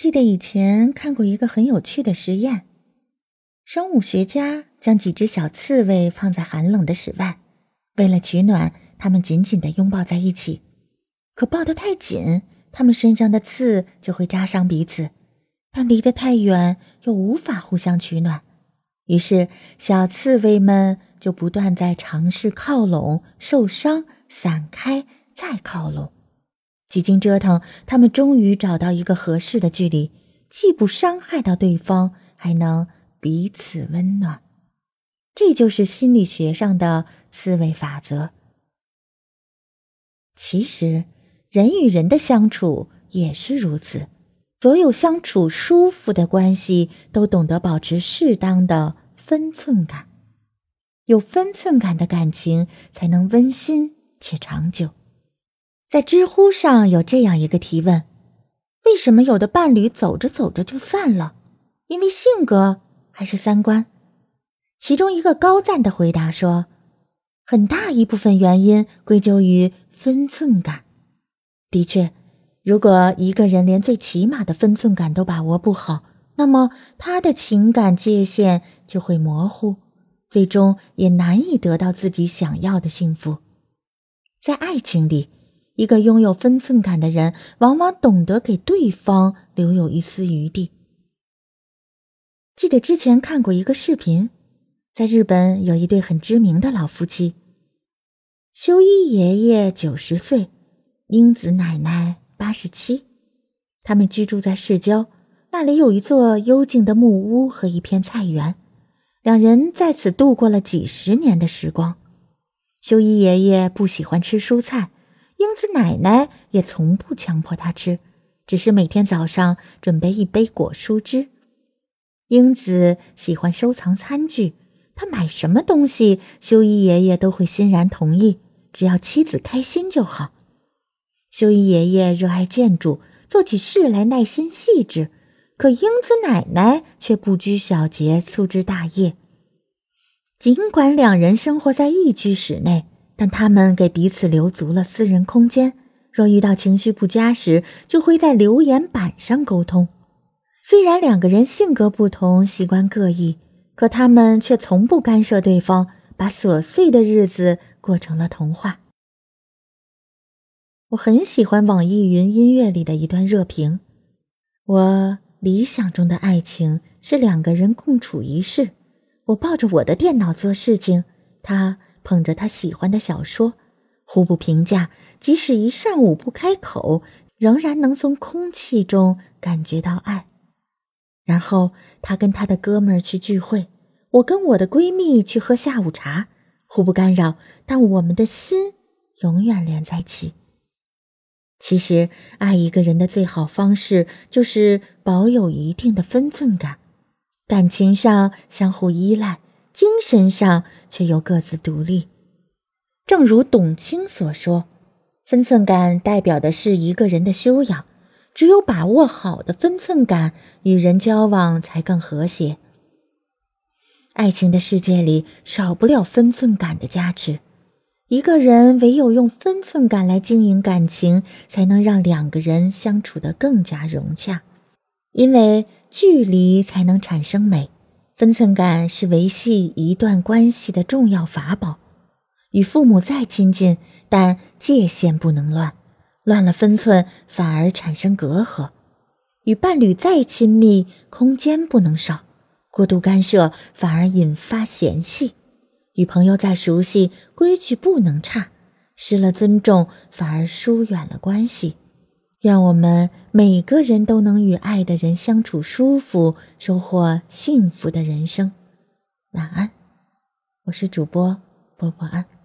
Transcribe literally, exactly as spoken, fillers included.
记得以前看过一个很有趣的实验，生物学家将几只小刺猬放在寒冷的室外，为了取暖，它们紧紧地拥抱在一起。可抱得太紧，它们身上的刺就会扎伤彼此，但离得太远又无法互相取暖。于是小刺猬们就不断在尝试靠拢、受伤、散开，再靠拢。几经折腾，他们终于找到一个合适的距离，既不伤害到对方，还能彼此温暖。这就是心理学上的刺猬法则。其实，人与人的相处也是如此，所有相处舒服的关系都懂得保持适当的分寸感。有分寸感的感情才能温馨且长久。在知乎上有这样一个提问：为什么有的伴侣走着走着就散了？因为性格还是三观？其中一个高赞的回答说，很大一部分原因归咎于分寸感。的确，如果一个人连最起码的分寸感都把握不好，那么他的情感界限就会模糊，最终也难以得到自己想要的幸福。在爱情里，一个拥有分寸感的人往往懂得给对方留有一丝余地。记得之前看过一个视频，在日本有一对很知名的老夫妻，修一爷爷九十岁，英子奶奶八十七，他们居住在市郊，那里有一座幽静的木屋和一片菜园，两人在此度过了几十年的时光。修一爷爷不喜欢吃蔬菜，英子奶奶也从不强迫他吃，只是每天早上准备一杯果蔬汁。英子喜欢收藏餐具，他买什么东西，修一爷爷都会欣然同意，只要妻子开心就好。修一爷爷热爱建筑，做起事来耐心细致，可英子奶奶却不拘小节，粗枝大叶。尽管两人生活在一居室内，但他们给彼此留足了私人空间，若遇到情绪不佳时，就会在留言板上沟通。虽然两个人性格不同，习惯各异，可他们却从不干涉对方，把琐碎的日子过成了童话。我很喜欢网易云音乐里的一段热评，我理想中的爱情是两个人共处一室，我抱着我的电脑做事情，他捧着他喜欢的小说，互不评价，即使一上午不开口，仍然能从空气中感觉到爱。然后他跟他的哥们儿去聚会，我跟我的闺蜜去喝下午茶，互不干扰，但我们的心永远连在一起。其实，爱一个人的最好方式就是保有一定的分寸感，感情上相互依赖，精神上却又各自独立。正如董卿所说，分寸感代表的是一个人的修养，只有把握好的分寸感，与人交往才更和谐。爱情的世界里少不了分寸感的加持，一个人唯有用分寸感来经营感情，才能让两个人相处得更加融洽。因为距离才能产生美，分寸感是维系一段关系的重要法宝。与父母再亲近，但界限不能乱，乱了分寸反而产生隔阂。与伴侣再亲密，空间不能少，过度干涉反而引发嫌隙。与朋友再熟悉，规矩不能差，失了尊重反而疏远了关系。愿我们每个人都能与爱的人相处舒服，收获幸福的人生。晚安，我是主播波波安。